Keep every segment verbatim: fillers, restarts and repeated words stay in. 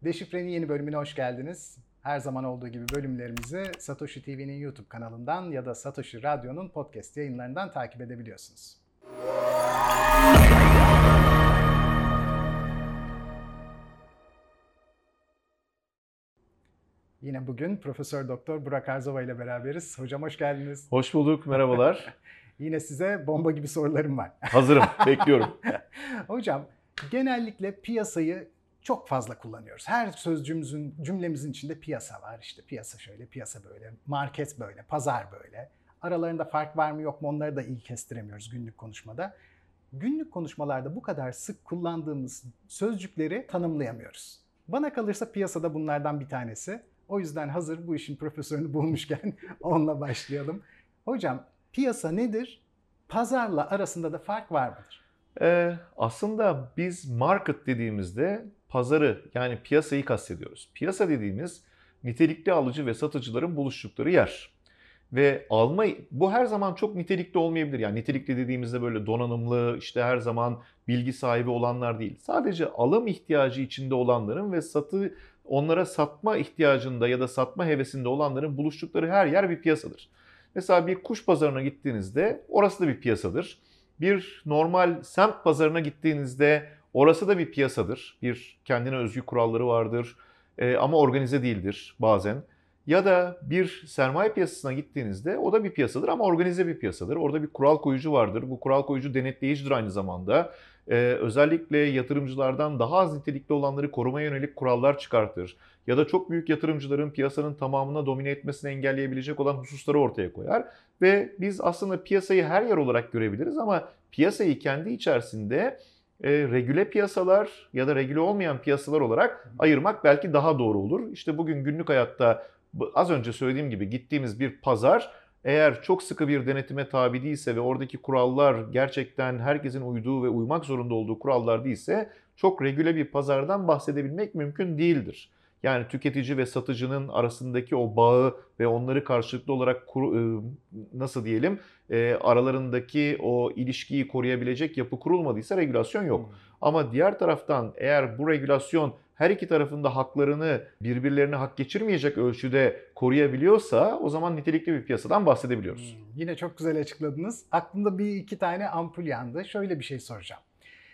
Deşifre'nin yeni bölümüne hoş geldiniz. Her zaman olduğu gibi bölümlerimizi Satoshi T V'nin YouTube kanalından ya da Satoshi Radyo'nun podcast yayınlarından takip edebiliyorsunuz. Yine bugün Profesör Doktor Burak Arzova ile beraberiz. Hocam hoş geldiniz. Hoş bulduk, merhabalar. Yine size bomba gibi sorularım var. Hazırım, bekliyorum. Hocam, genellikle piyasayı çok fazla kullanıyoruz. Her sözcüğümüzün, cümlemizin içinde piyasa var. İşte piyasa şöyle, piyasa böyle, market böyle, pazar böyle. Aralarında fark var mı yok mu onları da iyi kestiremiyoruz günlük konuşmada. Günlük konuşmalarda bu kadar sık kullandığımız sözcükleri tanımlayamıyoruz. Bana kalırsa piyasada bunlardan bir tanesi. O yüzden hazır bu işin profesörünü bulmuşken onunla başlayalım. Hocam, piyasa nedir? Pazarla arasında da fark var mıdır? Ee, aslında biz market dediğimizde pazarı yani piyasayı kastediyoruz. Piyasa dediğimiz nitelikli alıcı ve satıcıların buluştukları yer. Ve alma, bu her zaman çok nitelikli olmayabilir. Yani nitelikli dediğimizde böyle donanımlı, işte her zaman bilgi sahibi olanlar değil. Sadece alım ihtiyacı içinde olanların ve satı onlara satma ihtiyacında ya da satma hevesinde olanların buluştukları her yer bir piyasadır. Mesela bir kuş pazarına gittiğinizde orası da bir piyasadır. Bir normal semt pazarına gittiğinizde orası da bir piyasadır. Bir kendine özgü kuralları vardır ee, ama organize değildir bazen. Ya da bir sermaye piyasasına gittiğinizde o da bir piyasadır ama organize bir piyasadır. Orada bir kural koyucu vardır. Bu kural koyucu denetleyicidir aynı zamanda. Ee, özellikle yatırımcılardan daha az nitelikli olanları korumaya yönelik kurallar çıkartır. Ya da çok büyük yatırımcıların piyasanın tamamına domine etmesini engelleyebilecek olan hususları ortaya koyar. Ve biz aslında piyasayı her yer olarak görebiliriz ama piyasayı kendi içerisinde e, regüle piyasalar ya da regüle olmayan piyasalar olarak ayırmak belki daha doğru olur. İşte bugün günlük hayatta az önce söylediğim gibi gittiğimiz bir pazar eğer çok sıkı bir denetime tabi değilse ve oradaki kurallar gerçekten herkesin uyduğu ve uymak zorunda olduğu kurallar değilse çok regüle bir pazardan bahsedebilmek mümkün değildir. Yani tüketici ve satıcının arasındaki o bağı ve onları karşılıklı olarak kur, nasıl diyelim aralarındaki o ilişkiyi koruyabilecek yapı kurulmadıysa regülasyon yok. Hmm. Ama diğer taraftan eğer bu regülasyon her iki tarafın da haklarını birbirlerine hak geçirmeyecek ölçüde koruyabiliyorsa o zaman nitelikli bir piyasadan bahsedebiliyoruz. Hmm, yine çok güzel açıkladınız. Aklımda bir iki tane ampul yandı. Şöyle bir şey soracağım.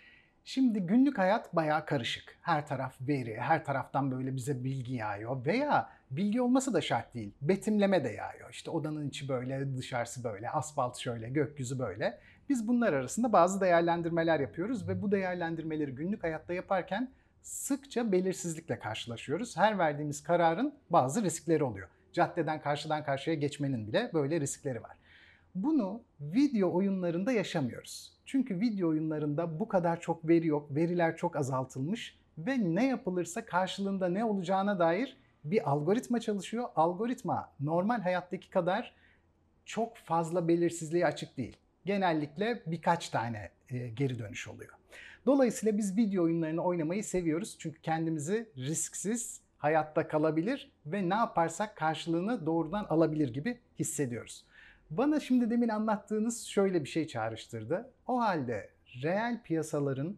Şimdi günlük hayat bayağı karışık. Her taraf veri, her taraftan böyle bize bilgi yağıyor veya bilgi olması da şart değil. Betimleme de yağıyor. İşte odanın içi böyle, dışarısı böyle, asfalt şöyle, gökyüzü böyle. Biz bunlar arasında bazı değerlendirmeler yapıyoruz ve bu değerlendirmeleri günlük hayatta yaparken sıkça belirsizlikle karşılaşıyoruz. Her verdiğimiz kararın bazı riskleri oluyor. Caddeden karşıdan karşıya geçmenin bile böyle riskleri var. Bunu video oyunlarında yaşamıyoruz. Çünkü video oyunlarında bu kadar çok veri yok, veriler çok azaltılmış ve ne yapılırsa karşılığında ne olacağına dair bir algoritma çalışıyor. Algoritma normal hayattaki kadar çok fazla belirsizliğe açık değil. Genellikle birkaç tane e, geri dönüş oluyor. Dolayısıyla biz video oyunlarını oynamayı seviyoruz. Çünkü kendimizi risksiz hayatta kalabilir ve ne yaparsak karşılığını doğrudan alabilir gibi hissediyoruz. Bana şimdi demin anlattığınız şöyle bir şey çağrıştırdı. O halde reel piyasaların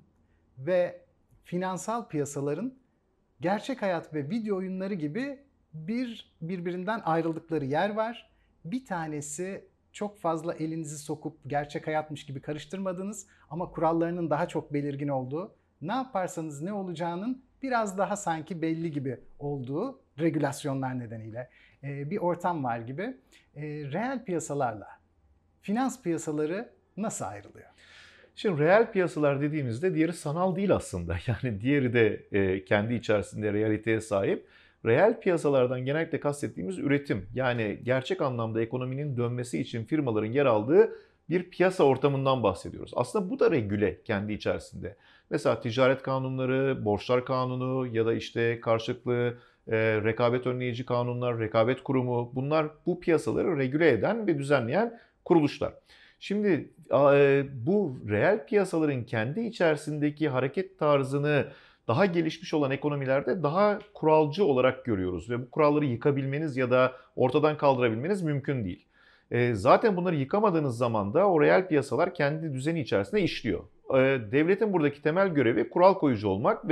ve finansal piyasaların gerçek hayat ve video oyunları gibi bir birbirinden ayrıldıkları yer var. Bir tanesi çok fazla elinizi sokup gerçek hayatmış gibi karıştırmadığınız ama kurallarının daha çok belirgin olduğu, ne yaparsanız ne olacağının biraz daha sanki belli gibi olduğu regülasyonlar nedeniyle bir ortam var gibi. Reel piyasalarla finans piyasaları nasıl ayrılıyor? Şimdi reel piyasalar dediğimizde diğeri sanal değil aslında. Yani diğeri de kendi içerisinde realiteye sahip. Reel piyasalardan genellikle kastettiğimiz üretim. Yani gerçek anlamda ekonominin dönmesi için firmaların yer aldığı bir piyasa ortamından bahsediyoruz. Aslında bu da regüle kendi içerisinde. Mesela ticaret kanunları, borçlar kanunu ya da işte karşılıklı e, rekabet önleyici kanunlar, rekabet kurumu, bunlar bu piyasaları regüle eden ve düzenleyen kuruluşlar. Şimdi e, bu reel piyasaların kendi içerisindeki hareket tarzını daha gelişmiş olan ekonomilerde daha kuralcı olarak görüyoruz ve bu kuralları yıkabilmeniz ya da ortadan kaldırabilmeniz mümkün değil. E, zaten bunları yıkamadığınız zaman da o reel piyasalar kendi düzeni içerisinde işliyor. E, devletin buradaki temel görevi kural koyucu olmak ve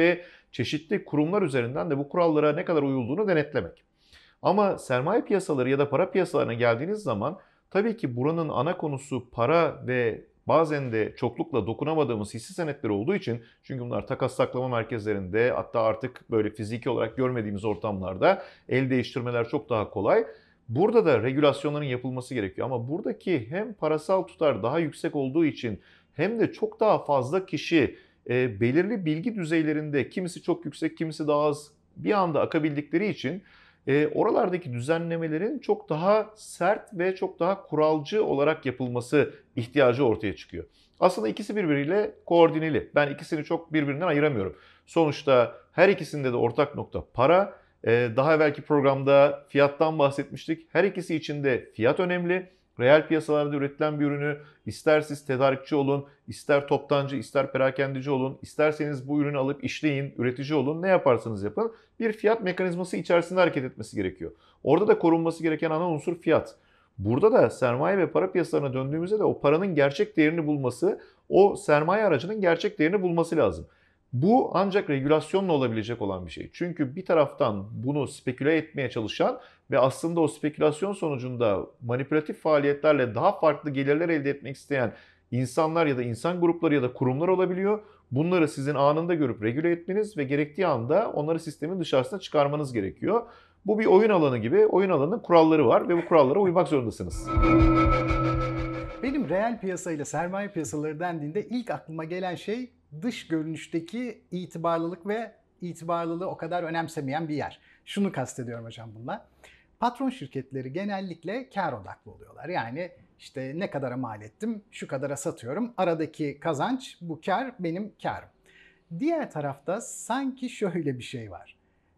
çeşitli kurumlar üzerinden de bu kurallara ne kadar uyulduğunu denetlemek. Ama sermaye piyasaları ya da para piyasalarına geldiğiniz zaman tabii ki buranın ana konusu para ve bazen de çoklukla dokunamadığımız hisse senetleri olduğu için, çünkü bunlar takas saklama merkezlerinde, hatta artık böyle fiziki olarak görmediğimiz ortamlarda el değiştirmeler çok daha kolay. Burada da regülasyonların yapılması gerekiyor ama buradaki hem parasal tutar daha yüksek olduğu için hem de çok daha fazla kişi e, belirli bilgi düzeylerinde, kimisi çok yüksek kimisi daha az, bir anda akabildikleri için e, oralardaki düzenlemelerin çok daha sert ve çok daha kuralcı olarak yapılması ihtiyacı ortaya çıkıyor. Aslında ikisi birbiriyle koordineli. Ben ikisini çok birbirinden ayıramıyorum. Sonuçta her ikisinde de ortak nokta para. Ee, daha evvelki programda fiyattan bahsetmiştik. Her ikisi için de fiyat önemli. Reel piyasalarda üretilen bir ürünü ister siz tedarikçi olun, ister toptancı, ister perakendeci olun, isterseniz bu ürünü alıp işleyin, üretici olun, ne yaparsanız yapın bir fiyat mekanizması içerisinde hareket etmesi gerekiyor. Orada da korunması gereken ana unsur fiyat. Burada da sermaye ve para piyasalarına döndüğümüzde de o paranın gerçek değerini bulması, o sermaye aracının gerçek değerini bulması lazım. Bu ancak regülasyonla olabilecek olan bir şey. Çünkü bir taraftan bunu speküle etmeye çalışan ve aslında o spekülasyon sonucunda manipülatif faaliyetlerle daha farklı gelirler elde etmek isteyen insanlar ya da insan grupları ya da kurumlar olabiliyor. Bunları sizin anında görüp regüle etmeniz ve gerektiği anda onları sistemin dışarısına çıkarmanız gerekiyor. Bu bir oyun alanı gibi. Oyun alanının kuralları var ve bu kurallara uymak zorundasınız. Benim reel piyasa ile sermaye piyasaları dendiğinde ilk aklıma gelen şey dış görünüşteki itibarlılık ve itibarlılığı o kadar önemsemeyen bir yer. Şunu kastediyorum hocam bununla. Patron şirketleri genellikle kar odaklı oluyorlar. Yani işte ne kadara mal ettim, şu kadara satıyorum. Aradaki kazanç, bu kar benim karım. Diğer tarafta sanki şöyle bir şey var.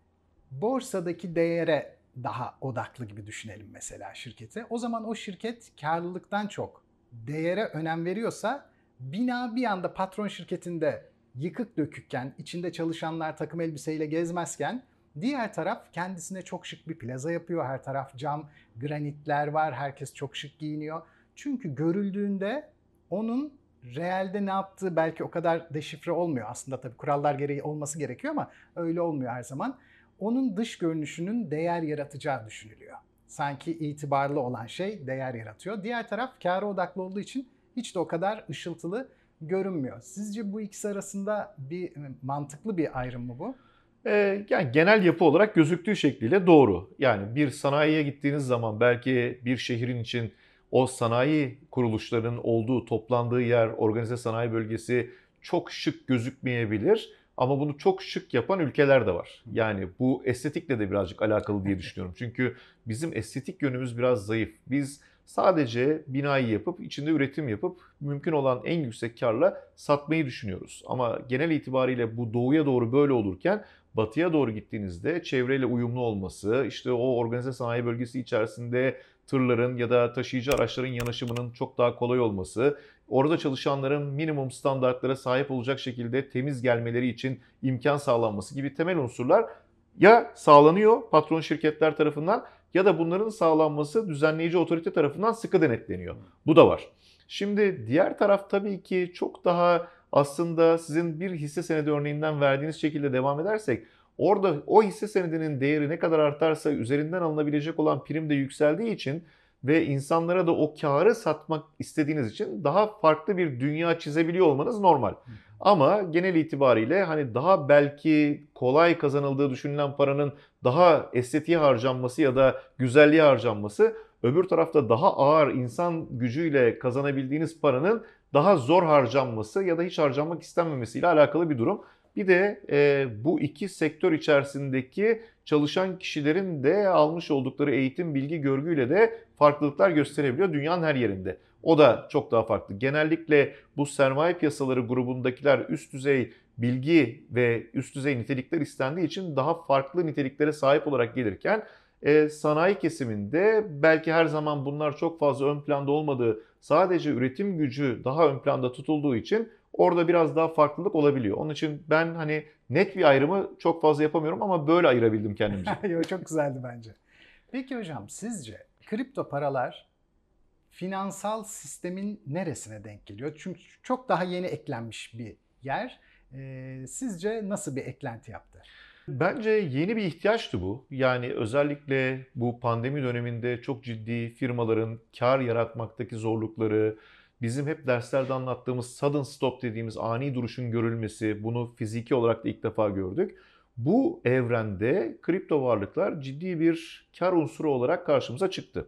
Borsadaki değere daha odaklı gibi düşünelim mesela şirketi. O zaman o şirket karlılıktan çok değere önem veriyorsa bina bir anda patron şirketinde yıkık dökükken, içinde çalışanlar takım elbiseyle gezmezken diğer taraf kendisine çok şık bir plaza yapıyor. Her taraf cam, granitler var, herkes çok şık giyiniyor. Çünkü görüldüğünde onun realde ne yaptığı belki o kadar deşifre olmuyor. Aslında tabii kurallar gereği olması gerekiyor ama öyle olmuyor her zaman. Onun dış görünüşünün değer yaratacağı düşünülüyor. Sanki itibarlı olan şey değer yaratıyor. Diğer taraf kâra odaklı olduğu için hiç de o kadar ışıltılı görünmüyor. Sizce bu ikisi arasında bir mantıklı bir ayrım mı bu? Ee, yani genel yapı olarak gözüktüğü şekliyle doğru. Yani bir sanayiye gittiğiniz zaman belki bir şehrin için o sanayi kuruluşlarının olduğu, toplandığı yer, organize sanayi bölgesi çok şık gözükmeyebilir. Ama bunu çok şık yapan ülkeler de var. Yani bu estetikle de birazcık alakalı diye düşünüyorum. Çünkü bizim estetik yönümüz biraz zayıf. Biz sadece binayı yapıp, içinde üretim yapıp mümkün olan en yüksek karla satmayı düşünüyoruz. Ama genel itibariyle bu doğuya doğru böyle olurken batıya doğru gittiğinizde çevreyle uyumlu olması, işte o organize sanayi bölgesi içerisinde tırların ya da taşıyıcı araçların yanaşımının çok daha kolay olması, orada çalışanların minimum standartlara sahip olacak şekilde temiz gelmeleri için imkan sağlanması gibi temel unsurlar ya sağlanıyor patron şirketler tarafından ya da bunların sağlanması düzenleyici otorite tarafından sıkı denetleniyor. Bu da var. Şimdi diğer taraf tabii ki çok daha aslında sizin bir hisse senedi örneğinden verdiğiniz şekilde devam edersek orada o hisse senedinin değeri ne kadar artarsa üzerinden alınabilecek olan prim de yükseldiği için ve insanlara da o karı satmak istediğiniz için daha farklı bir dünya çizebiliyor olmanız normal. Ama genel itibariyle hani daha belki kolay kazanıldığı düşünülen paranın daha estetiğe harcanması ya da güzelliğe harcanması, öbür tarafta daha ağır insan gücüyle kazanabildiğiniz paranın daha zor harcanması ya da hiç harcanmak istenmemesiyle alakalı bir durum. Bir de e, bu iki sektör içerisindeki çalışan kişilerin de almış oldukları eğitim, bilgi, görgüyle de farklılıklar gösterebiliyor dünyanın her yerinde. O da çok daha farklı. Genellikle bu sermaye piyasaları grubundakiler üst düzey bilgi ve üst düzey nitelikler istendiği için daha farklı niteliklere sahip olarak gelirken e, sanayi kesiminde belki her zaman bunlar çok fazla ön planda olmadığı, sadece üretim gücü daha ön planda tutulduğu için orada biraz daha farklılık olabiliyor. Onun için ben hani net bir ayrımı çok fazla yapamıyorum ama böyle ayırabildim kendimce. Yo, çok güzeldi bence. Peki hocam sizce kripto paralar finansal sistemin neresine denk geliyor? Çünkü çok daha yeni eklenmiş bir yer. Ee, sizce nasıl bir eklenti yaptı? Bence yeni bir ihtiyaçtı bu. Yani özellikle bu pandemi döneminde çok ciddi firmaların kar yaratmaktaki zorlukları, bizim hep derslerde anlattığımız sudden stop dediğimiz ani duruşun görülmesi, bunu fiziki olarak da ilk defa gördük. Bu evrende kripto varlıklar ciddi bir kar unsuru olarak karşımıza çıktı.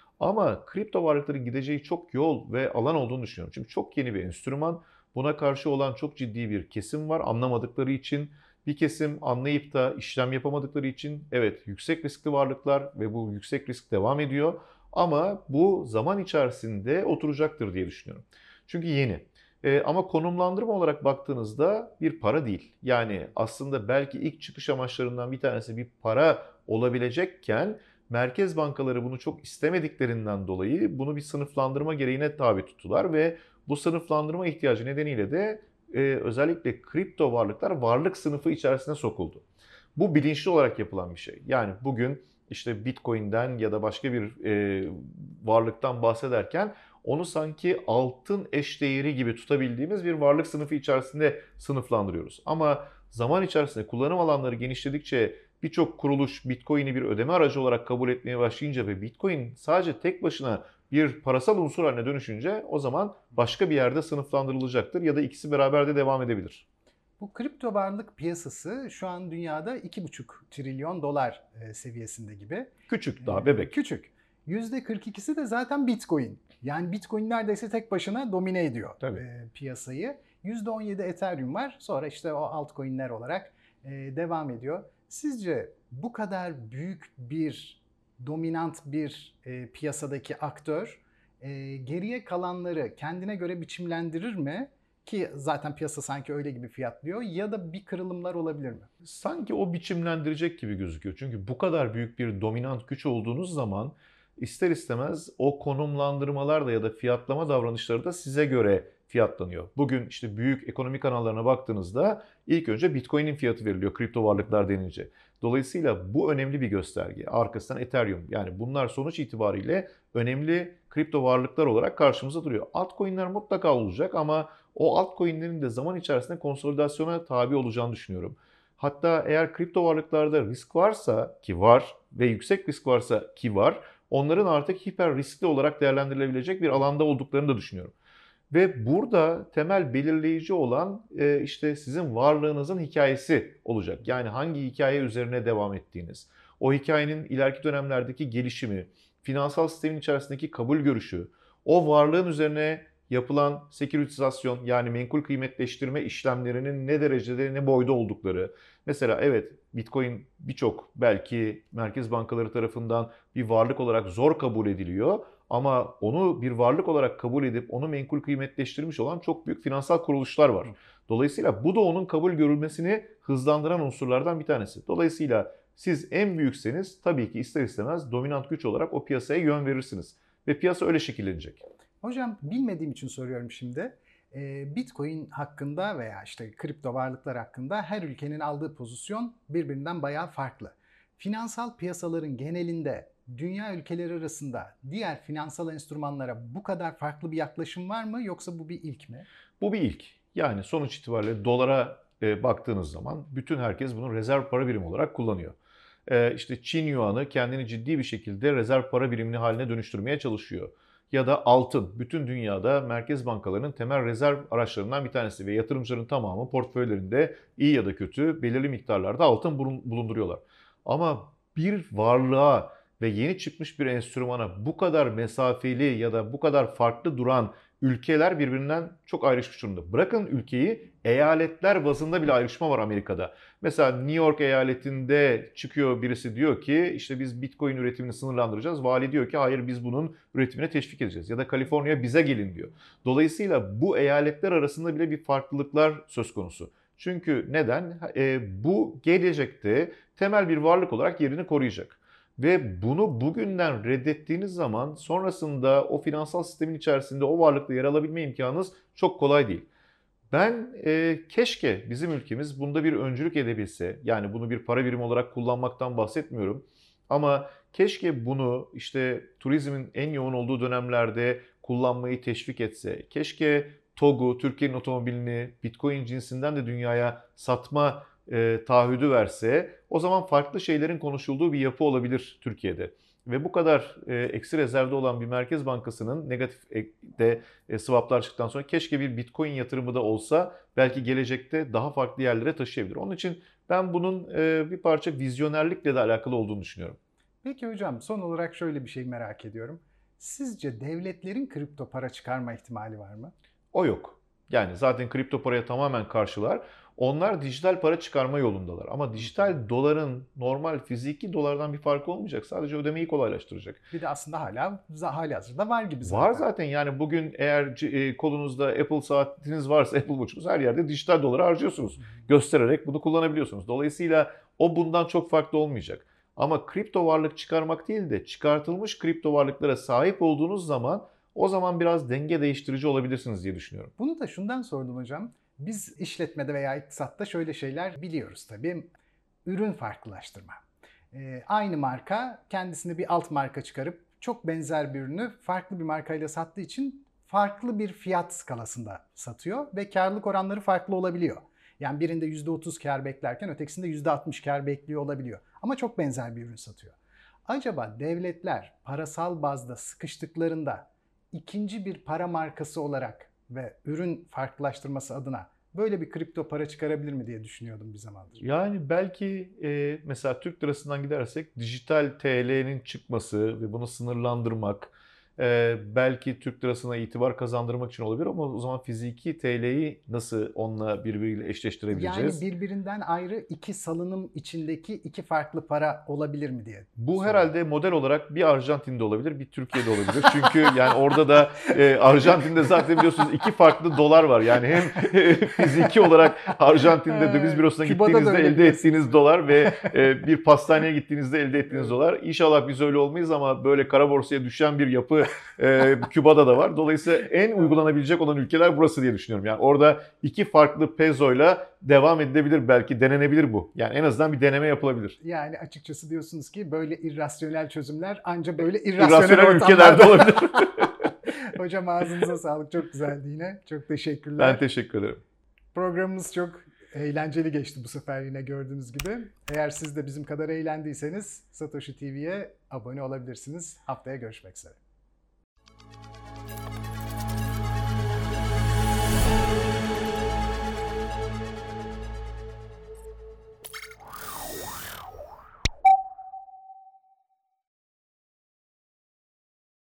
Ama kripto varlıkların gideceği çok yol ve alan olduğunu düşünüyorum. Çünkü çok yeni bir enstrüman. Buna karşı olan çok ciddi bir kesim var. Anlamadıkları için bir kesim anlayıp da işlem yapamadıkları için evet yüksek riskli varlıklar ve bu yüksek risk devam ediyor. Ama bu zaman içerisinde oturacaktır diye düşünüyorum. Çünkü yeni. Ee, ama konumlandırma olarak baktığınızda bir para değil. Yani aslında belki ilk çıkış amaçlarından bir tanesi bir para olabilecekken merkez bankaları bunu çok istemediklerinden dolayı bunu bir sınıflandırma gereğine tabi tuttular ve bu sınıflandırma ihtiyacı nedeniyle de e, özellikle kripto varlıklar varlık sınıfı içerisine sokuldu. Bu bilinçli olarak yapılan bir şey. Yani bugün işte Bitcoin'den ya da başka bir e, varlıktan bahsederken onu sanki altın eşdeğeri gibi tutabildiğimiz bir varlık sınıfı içerisinde sınıflandırıyoruz. Ama zaman içerisinde kullanım alanları genişledikçe birçok kuruluş Bitcoin'i bir ödeme aracı olarak kabul etmeye başlayınca ve Bitcoin sadece tek başına bir parasal unsur haline dönüşünce o zaman başka bir yerde sınıflandırılacaktır ya da ikisi beraber de devam edebilir. Bu kripto varlık piyasası şu an dünyada iki buçuk trilyon dolar e, seviyesinde gibi. Küçük, daha Ee, bebek. küçük. yüzde kırk ikisi de zaten Bitcoin. Yani Bitcoin neredeyse tek başına domine ediyor Tabii. e, piyasayı. yüzde on yedi Ethereum var. Sonra işte o altcoin'ler olarak e, devam ediyor. Sizce bu kadar büyük bir dominant bir e, piyasadaki aktör e, geriye kalanları kendine göre biçimlendirir mi? Ki zaten piyasa sanki öyle gibi fiyatlıyor, ya da bir kırılımlar olabilir mi? Sanki o biçimlendirecek gibi gözüküyor. Çünkü bu kadar büyük bir dominant güç olduğunuz zaman ister istemez o konumlandırmalar da ya da fiyatlama davranışları da size göre fiyatlanıyor. Bugün işte büyük ekonomi kanallarına baktığınızda ilk önce Bitcoin'in fiyatı veriliyor kripto varlıklar denince. Dolayısıyla bu önemli bir gösterge. Arkasından Ethereum, yani bunlar sonuç itibariyle önemli kripto varlıklar olarak karşımıza duruyor. Altcoin'ler mutlaka olacak ama o altcoin'lerin de zaman içerisinde konsolidasyona tabi olacağını düşünüyorum. Hatta eğer kripto varlıklarda risk varsa, ki var, ve yüksek risk varsa, ki var, onların artık hiper riskli olarak değerlendirilebilecek bir alanda olduklarını da düşünüyorum. Ve burada temel belirleyici olan e, işte sizin varlığınızın hikayesi olacak. Yani hangi hikaye üzerine devam ettiğiniz, o hikayenin ileriki dönemlerdeki gelişimi, finansal sistemin içerisindeki kabul görüşü, o varlığın üzerine yapılan seküritizasyon, yani menkul kıymetleştirme işlemlerinin ne derecede, ne boyda oldukları. Mesela evet, Bitcoin birçok belki merkez bankaları tarafından bir varlık olarak zor kabul ediliyor. Ama onu bir varlık olarak kabul edip onu menkul kıymetleştirmiş olan çok büyük finansal kuruluşlar var. Dolayısıyla bu da onun kabul görülmesini hızlandıran unsurlardan bir tanesi. Dolayısıyla siz en büyükseniz tabii ki ister istemez dominant güç olarak o piyasaya yön verirsiniz. Ve piyasa öyle şekillenecek. Hocam, bilmediğim için soruyorum şimdi. Ee, Bitcoin hakkında veya işte kripto varlıklar hakkında her ülkenin aldığı pozisyon birbirinden bayağı farklı. Finansal piyasaların genelinde dünya ülkeleri arasında diğer finansal enstrümanlara bu kadar farklı bir yaklaşım var mı, yoksa bu bir ilk mi? Bu bir ilk. Yani sonuç itibariyle dolara e, baktığınız zaman bütün herkes bunu rezerv para birimi olarak kullanıyor. E, işte Çin Yuan'ı kendini ciddi bir şekilde rezerv para birimini haline dönüştürmeye çalışıyor. Ya da altın, bütün dünyada merkez bankalarının temel rezerv araçlarından bir tanesi ve yatırımcıların tamamı portföylerinde iyi ya da kötü belirli miktarlarda altın bulunduruyorlar. Ama bir varlığa ve yeni çıkmış bir enstrümana bu kadar mesafeli ya da bu kadar farklı duran ülkeler birbirinden çok ayrışmış durumda. Bırakın ülkeyi, eyaletler bazında bile ayrışma var Amerika'da. Mesela New York eyaletinde çıkıyor birisi, diyor ki işte biz Bitcoin üretimini sınırlandıracağız. Vali diyor ki hayır, biz bunun üretimine teşvik edeceğiz. Ya da Kaliforniya bize gelin diyor. Dolayısıyla bu eyaletler arasında bile bir farklılıklar söz konusu. Çünkü neden? E, bu gelecekte temel bir varlık olarak yerini koruyacak. Ve bunu bugünden reddettiğiniz zaman sonrasında o finansal sistemin içerisinde o varlıkla yer alabilme imkanınız çok kolay değil. Ben e, keşke bizim ülkemiz bunda bir öncülük edebilse, yani bunu bir para birimi olarak kullanmaktan bahsetmiyorum. Ama keşke bunu işte turizmin en yoğun olduğu dönemlerde kullanmayı teşvik etse, keşke T O G'u, Türkiye'nin otomobilini Bitcoin cinsinden de dünyaya satma e, taahhüdü verse, o zaman farklı şeylerin konuşulduğu bir yapı olabilir Türkiye'de. Ve bu kadar e, eksi rezervde olan bir Merkez Bankası'nın negatif de e, swaplar çıktıktan sonra keşke bir Bitcoin yatırımı da olsa, belki gelecekte daha farklı yerlere taşıyabilir. Onun için ben bunun e, bir parça vizyonerlikle de alakalı olduğunu düşünüyorum. Peki hocam, son olarak şöyle bir şey merak ediyorum. Sizce devletlerin kripto para çıkarma ihtimali var mı? O yok. Yani zaten kripto paraya tamamen karşılar. Onlar dijital para çıkarma yolundalar. Ama dijital doların normal fiziki dolardan bir farkı olmayacak. Sadece ödemeyi kolaylaştıracak. Bir de aslında hala hali hazırda var gibi zaten. Var zaten, yani bugün eğer e, kolunuzda Apple saatiniz varsa, Apple Watch'unuz, her yerde dijital doları harcıyorsunuz. Göstererek bunu kullanabiliyorsunuz. Dolayısıyla o bundan çok farklı olmayacak. Ama kripto varlık çıkarmak değil de çıkartılmış kripto varlıklara sahip olduğunuz zaman, o zaman biraz denge değiştirici olabilirsiniz diye düşünüyorum. Bunu da şundan sordum hocam. Biz işletmede veya iktisatta şöyle şeyler biliyoruz tabii. Ürün farklılaştırma. Ee, aynı marka kendisine bir alt marka çıkarıp çok benzer bir ürünü farklı bir markayla sattığı için farklı bir fiyat skalasında satıyor ve karlılık oranları farklı olabiliyor. Yani birinde yüzde otuz kar beklerken ötekisinde yüzde altmış kar bekliyor olabiliyor. Ama çok benzer bir ürün satıyor. Acaba devletler parasal bazda sıkıştıklarında ikinci bir para markası olarak ve ürün farklılaştırması adına böyle bir kripto para çıkarabilir mi diye düşünüyordum bir zamandır. Yani belki e, mesela Türk lirasından gidersek dijital T L'nin çıkması ve bunu sınırlandırmak, e, belki Türk lirasına itibar kazandırmak için olabilir, ama o zaman fiziki T L'yi nasıl onunla birbiriyle eşleştirebileceğiz? Yani birbirinden ayrı iki salınım içindeki iki farklı para olabilir mi diye. Bu soruyorum. herhalde model olarak bir Arjantin'de olabilir, bir Türkiye'de olabilir. Çünkü yani orada da e, Arjantin'de zaten biliyorsunuz iki farklı dolar var. Yani hem fiziki olarak Arjantin'de döviz bürosuna Küba'da da gittiğinizde öyle elde biliyorsunuz. ettiğiniz dolar ve e, bir pastaneye gittiğinizde elde ettiğiniz Evet. dolar. İnşallah biz öyle olmayız, ama böyle kara borsaya düşen bir yapı e, Küba'da da var. Dolayısıyla en uygulanabilecek olan ülkeler burası diye düşünüyorum. Yani orada iki farklı pezoyla devam edilebilir, belki denenebilir bu. Yani en azından bir deneme yapılabilir. Yani açıkçası diyorsunuz ki böyle irrasyonel çözümler ancak böyle irrasyonel, İrrasyonel ortamlarda ülkelerde olabilir. Hocam ağzınıza sağlık. Çok güzeldi yine. Çok teşekkürler. Ben teşekkür ederim. Programımız çok eğlenceli geçti bu sefer yine gördüğünüz gibi. Eğer siz de bizim kadar eğlendiyseniz Satoshi T V'ye abone olabilirsiniz. Haftaya görüşmek üzere.